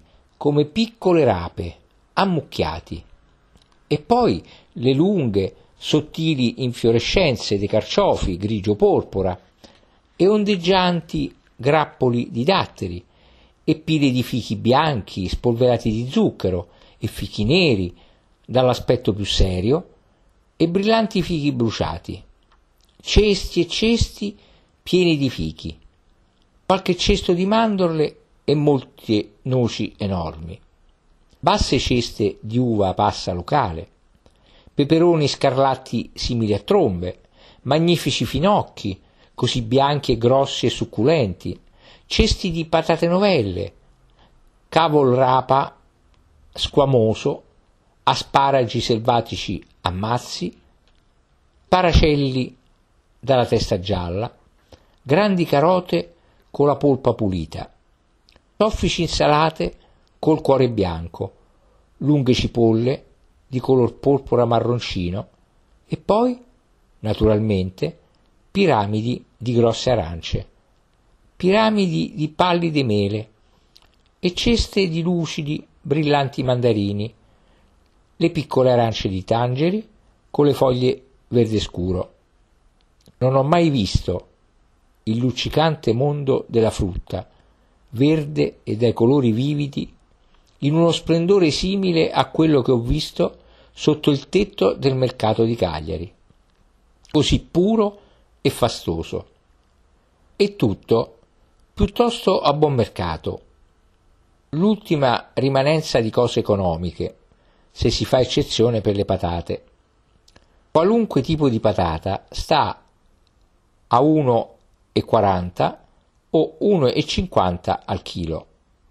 come piccole rape, ammucchiati. E poi le lunghe, sottili infiorescenze dei carciofi grigio-porpora e ondeggianti grappoli di datteri e pile di fichi bianchi spolverati di zucchero e fichi neri dall'aspetto più serio e brillanti fichi bruciati, cesti e cesti pieni di fichi, qualche cesto di mandorle e molte noci enormi, basse ceste di uva passa locale, peperoni scarlatti simili a trombe, magnifici finocchi, così bianchi e grossi e succulenti, cesti di patate novelle, cavol rapa squamoso, asparagi selvatici a mazzi, paracelli dalla testa gialla, grandi carote con la polpa pulita, soffici insalate col cuore bianco, lunghe cipolle di color porpora marroncino e poi, naturalmente, piramidi di grosse arance, piramidi di pallide mele e ceste di lucidi, brillanti mandarini, le piccole arance di tangeri con le foglie verde scuro. Non ho mai visto il luccicante mondo della frutta, verde e dai colori vividi, in uno splendore simile a quello che ho visto sotto il tetto del mercato di Cagliari, così puro e fastoso. E tutto piuttosto a buon mercato, l'ultima rimanenza di cose economiche, se si fa eccezione per le patate. Qualunque tipo di patata sta a uno e quaranta o uno e cinquanta al chilo.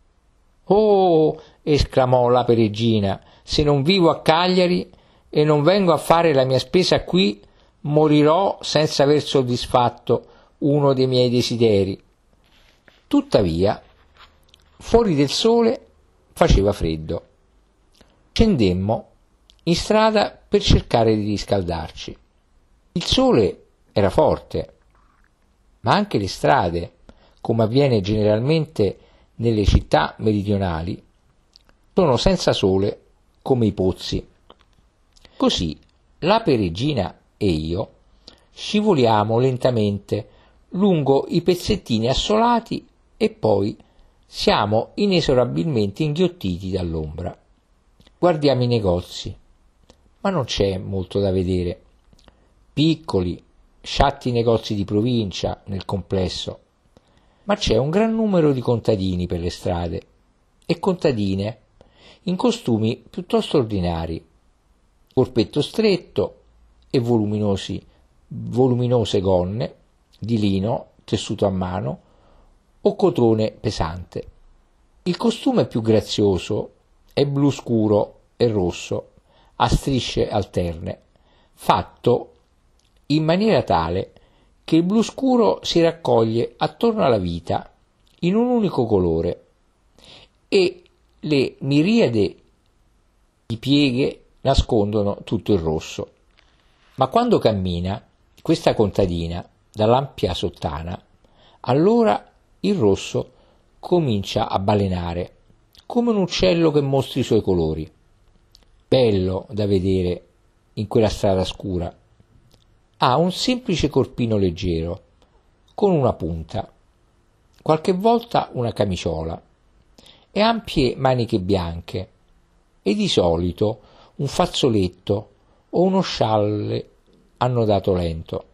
«Oh!» esclamò la Peregrina, «se non vivo a Cagliari e non vengo a fare la mia spesa qui, morirò senza aver soddisfatto uno dei miei desideri». Tuttavia, fuori del sole faceva freddo. Scendemmo in strada per cercare di riscaldarci. Il sole era forte, ma anche le strade, come avviene generalmente nelle città meridionali, sono senza sole come i pozzi. Così la Peregrina e io scivoliamo lentamente lungo i pezzettini assolati e poi siamo inesorabilmente inghiottiti dall'ombra. Guardiamo i negozi, ma non c'è molto da vedere. Piccoli, sciatti negozi di provincia nel complesso, ma c'è un gran numero di contadini per le strade e contadine in costumi piuttosto ordinari, corpetto stretto e voluminosi, voluminose gonne di lino tessuto a mano o cotone pesante. Il costume più grazioso è blu scuro e rosso a strisce alterne, fatto in maniera tale che il blu scuro si raccoglie attorno alla vita in un unico colore e le miriade di pieghe nascondono tutto il rosso. Ma quando cammina questa contadina dall'ampia sottana, allora il rosso comincia a balenare come un uccello che mostri i suoi colori. Bello da vedere in quella strada scura. Ha un semplice corpino leggero, con una punta, qualche volta una camiciola, e ampie maniche bianche, e di solito un fazzoletto o uno scialle annodato lento.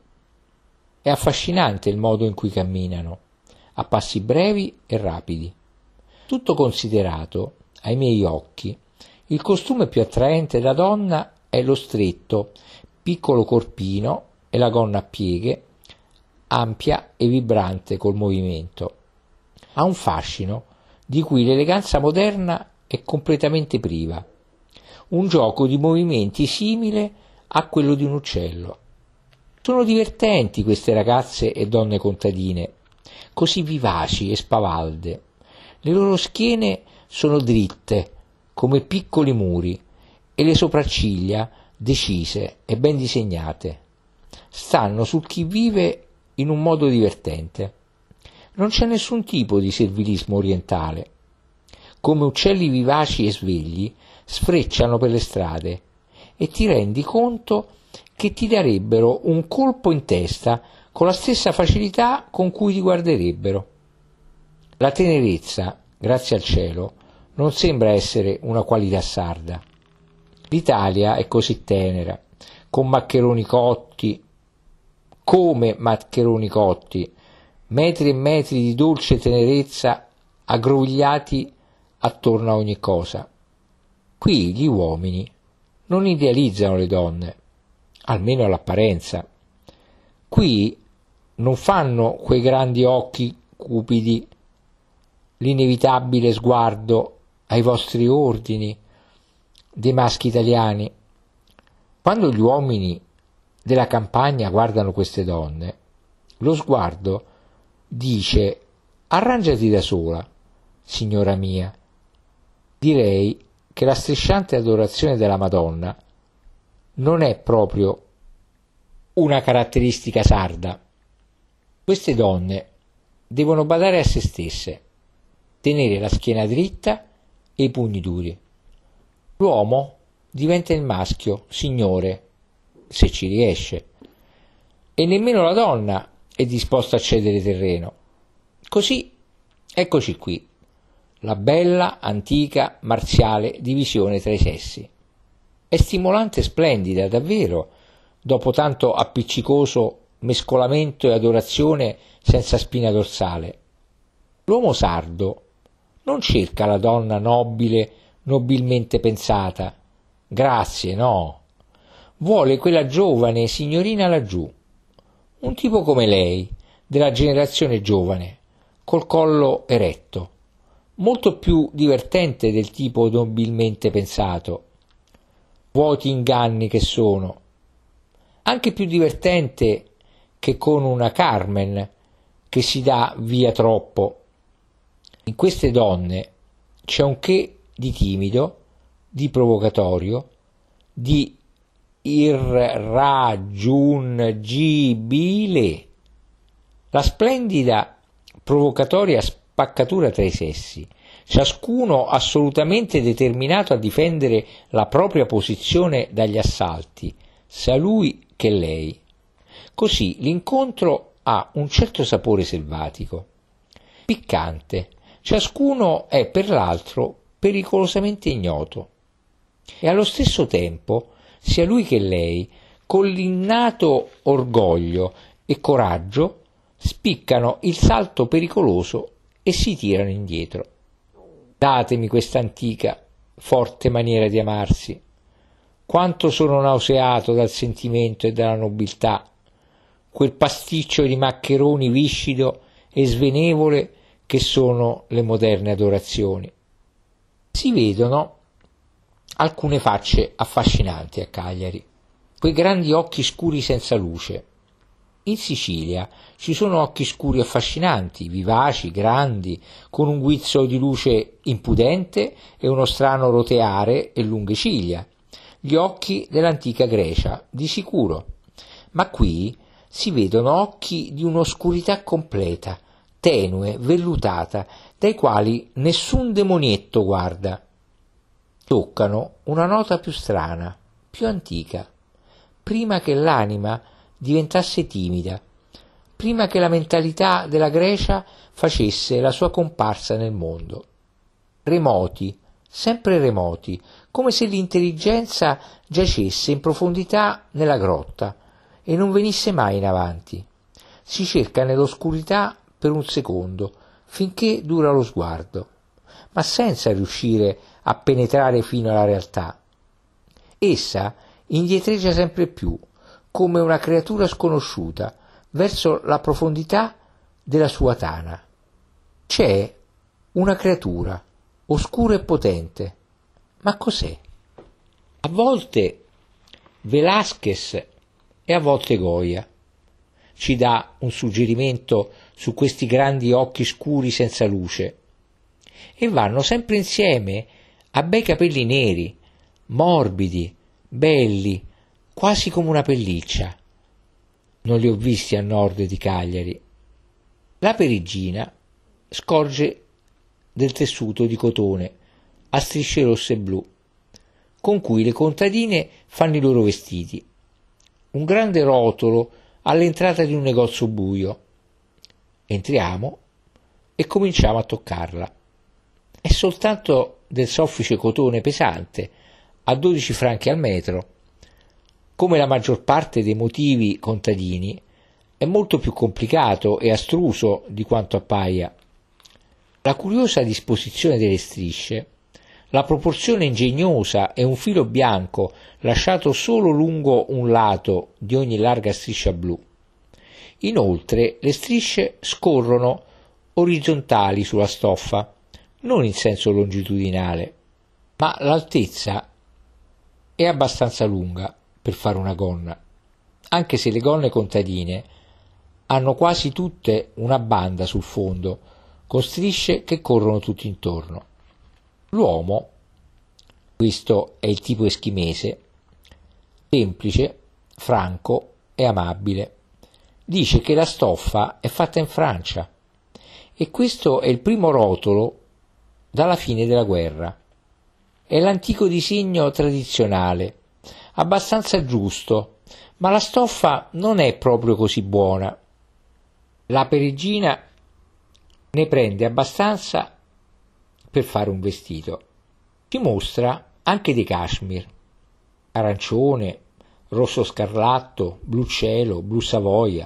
È affascinante il modo in cui camminano, a passi brevi e rapidi. Tutto considerato, ai miei occhi, il costume più attraente da donna è lo stretto, piccolo corpino e la gonna a pieghe, ampia e vibrante col movimento. Ha un fascino di cui l'eleganza moderna è completamente priva, un gioco di movimenti simile a quello di un uccello. Sono divertenti queste ragazze e donne contadine, così vivaci e spavalde. Le loro schiene sono dritte come piccoli muri e le sopracciglia decise e ben disegnate. Stanno sul chi vive in un modo divertente. Non c'è nessun tipo di servilismo orientale. come uccelli vivaci e svegli, sfrecciano per le strade e ti rendi conto che ti darebbero un colpo in testa con la stessa facilità con cui ti guarderebbero. La tenerezza, grazie al cielo, non sembra essere una qualità sarda. L'Italia è così tenera, con maccheroni cotti, come maccheroni cotti, metri e metri di dolce tenerezza aggrovigliati attorno a ogni cosa. Qui gli uomini non idealizzano le donne, almeno all'apparenza. Qui non fanno quei grandi occhi cupidi, l'inevitabile sguardo ai vostri ordini dei maschi italiani. Quando gli uomini della campagna guardano queste donne, lo sguardo dice: arrangiati da sola, signora mia. Direi che la strisciante adorazione della Madonna non è proprio una caratteristica sarda. Queste donne devono badare a se stesse, tenere la schiena dritta e i pugni duri. L'uomo diventa il maschio, signore, se ci riesce, e nemmeno la donna è disposta a cedere terreno. Così, eccoci qui, la bella, antica, marziale divisione tra i sessi. È stimolante e splendida, davvero, dopo tanto appiccicoso mescolamento e adorazione senza spina dorsale. L'uomo sardo non cerca la donna nobile, nobilmente pensata. Grazie, no. Vuole quella giovane signorina laggiù, un tipo come lei, della generazione giovane, col collo eretto, molto più divertente del tipo nobilmente pensato. Vuoti inganni che sono, anche più divertente che con una Carmen che si dà via troppo. In queste donne c'è un che di timido, di provocatorio, di irraggiungibile. La splendida provocatoria spaccatura tra i sessi, ciascuno assolutamente determinato a difendere la propria posizione dagli assalti, sia lui che lei. Così l'incontro ha un certo sapore selvatico, piccante, ciascuno è per l'altro pericolosamente ignoto. E allo stesso tempo, sia lui che lei, con l'innato orgoglio e coraggio, spiccano il salto pericoloso e si tirano indietro. Datemi questa antica, forte maniera di amarsi. Quanto sono nauseato dal sentimento e dalla nobiltà, quel pasticcio di maccheroni viscido e svenevole che sono le moderne adorazioni. Si vedono alcune facce affascinanti a Cagliari, quei grandi occhi scuri senza luce. In Sicilia ci sono occhi scuri affascinanti, vivaci, grandi, con un guizzo di luce impudente e uno strano roteare e lunghe ciglia, gli occhi dell'antica Grecia, di sicuro. Ma qui si vedono occhi di un'oscurità completa, tenue, vellutata, dai quali nessun demonietto guarda. Toccano una nota più strana, più antica, prima che l'anima diventasse timida, prima che la mentalità della Grecia facesse la sua comparsa nel mondo. Remoti, sempre remoti, come se l'intelligenza giacesse in profondità nella grotta e non venisse mai in avanti. Si cerca nell'oscurità per un secondo, finché dura lo sguardo, ma senza riuscire a penetrare fino alla realtà. Essa indietreggia sempre più, come una creatura sconosciuta, verso la profondità della sua tana. C'è una creatura, oscura e potente. Ma cos'è? A volte Velázquez e a volte Goya ci dà un suggerimento su questi grandi occhi scuri senza luce, e vanno sempre insieme a bei capelli neri, morbidi, belli, quasi come una pelliccia. Non li ho visti a nord di Cagliari. La Perigina scorge del tessuto di cotone a strisce rosse e blu, con cui le contadine fanno i loro vestiti. Un grande rotolo all'entrata di un negozio buio. Entriamo e cominciamo a toccarla. È soltanto del soffice cotone pesante, a dodici franchi al metro. Come la maggior parte dei motivi contadini, è molto più complicato e astruso di quanto appaia. La curiosa disposizione delle strisce, la proporzione ingegnosa e un filo bianco lasciato solo lungo un lato di ogni larga striscia blu. Inoltre le strisce scorrono orizzontali sulla stoffa, non in senso longitudinale, ma l'altezza è abbastanza lunga per fare una gonna, anche se le gonne contadine hanno quasi tutte una banda sul fondo, con strisce che corrono tutto intorno. L'uomo, questo è il tipo eschimese, semplice, franco e amabile, dice che la stoffa è fatta in Francia e questo è il primo rotolo dalla fine della guerra. È l'antico disegno tradizionale, abbastanza giusto, ma la stoffa non è proprio così buona. La perigina ne prende abbastanza per fare un vestito. Ci mostra anche dei cashmere, arancione, rosso scarlatto, blu cielo, blu savoia.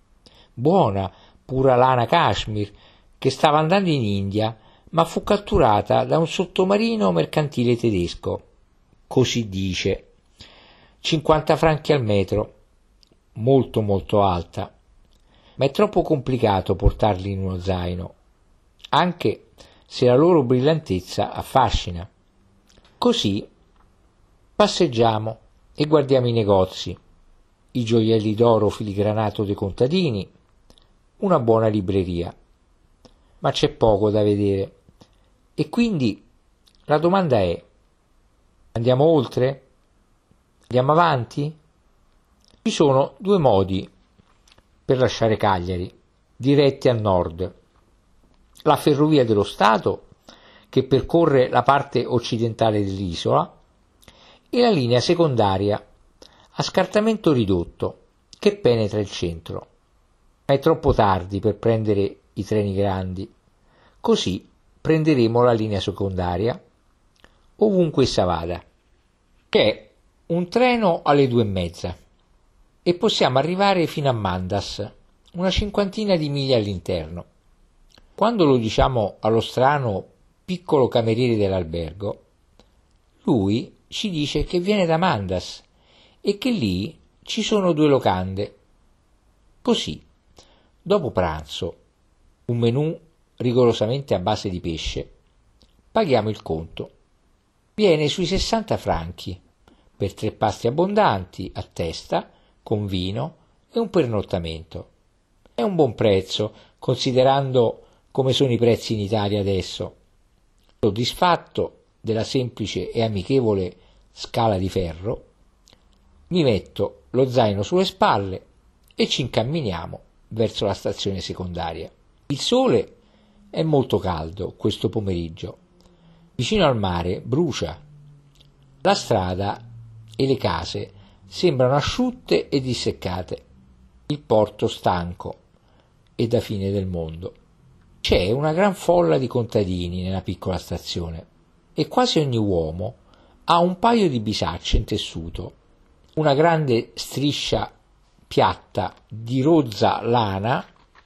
Buona, pura lana cashmere che stava andando in India, ma fu catturata da un sottomarino mercantile tedesco. Così dice. cinquanta franchi al metro, molto molto alta, ma è troppo complicato portarli in uno zaino, anche se la loro brillantezza affascina. Così passeggiamo e guardiamo i negozi, i gioielli d'oro filigranato dei contadini, una buona libreria, ma c'è poco da vedere e quindi la domanda è: andiamo oltre? Andiamo avanti? Ci sono due modi per lasciare Cagliari, diretti a nord. La ferrovia dello Stato, che percorre la parte occidentale dell'isola, e la linea secondaria a scartamento ridotto, che penetra il centro. Ma è troppo tardi per prendere i treni grandi, così prenderemo la linea secondaria, ovunque essa vada, che è un treno alle due e mezza, e possiamo arrivare fino a Mandas, una cinquantina di miglia all'interno. Quando lo diciamo allo strano piccolo cameriere dell'albergo, lui ci dice che viene da Mandas e che lì ci sono due locande. Così, dopo pranzo, un menù rigorosamente a base di pesce, paghiamo il conto. Viene sui sessanta franchi, per tre pasti abbondanti a testa, con vino e un pernottamento. È un buon prezzo, considerando come sono i prezzi in Italia adesso. Soddisfatto della semplice e amichevole scala di ferro, mi metto lo zaino sulle spalle e ci incamminiamo verso la stazione secondaria. Il sole è molto caldo questo pomeriggio. Vicino al mare brucia. La strada e le case sembrano asciutte e disseccate. Il porto stanco e da fine del mondo. C'è una gran folla di contadini nella piccola stazione e quasi ogni uomo ha un paio di bisacce in tessuto, una grande striscia piatta di rozza lana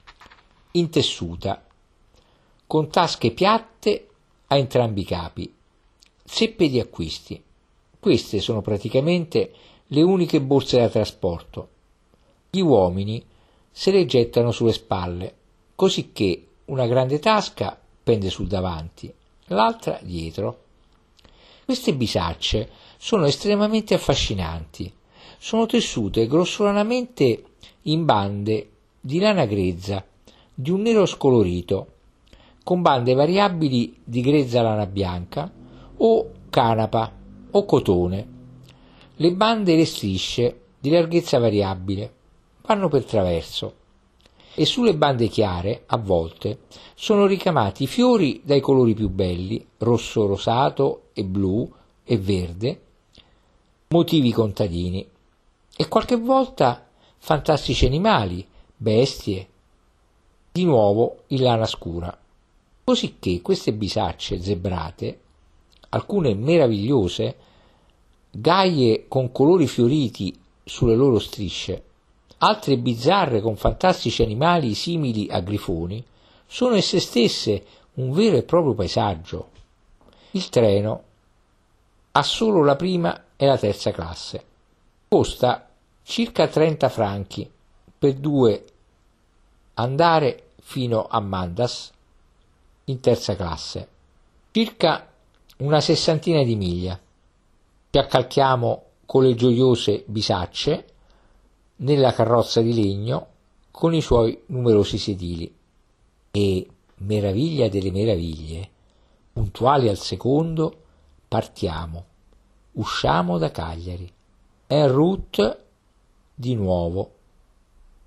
intessuta, con tasche piatte a entrambi i capi, zeppe di acquisti. Queste sono praticamente le uniche borse da trasporto. Gli uomini se le gettano sulle spalle, cosicché una grande tasca pende sul davanti, l'altra dietro. Queste bisacce sono estremamente affascinanti. Sono tessute grossolanamente in bande di lana grezza, di un nero scolorito, con bande variabili di grezza lana bianca o canapa o cotone. Le bande e le strisce di larghezza variabile vanno per traverso. e sulle bande chiare, a volte, sono ricamati fiori dai colori più belli, rosso rosato e blu e verde, motivi contadini, e qualche volta fantastici animali, bestie, di nuovo in lana scura. Cosicché queste bisacce zebrate, alcune meravigliose, gaie con colori fioriti sulle loro strisce, altre bizzarre con fantastici animali simili a grifoni, sono esse stesse un vero e proprio paesaggio. Il treno ha solo la prima e la terza classe. Costa circa trenta franchi per due andare fino a Mandas in terza classe, circa una sessantina di miglia. Ci accalchiamo con le gioiose bisacce nella carrozza di legno con i suoi numerosi sedili e, meraviglia delle meraviglie, puntuali al secondo, partiamo, usciamo da Cagliari, en route di nuovo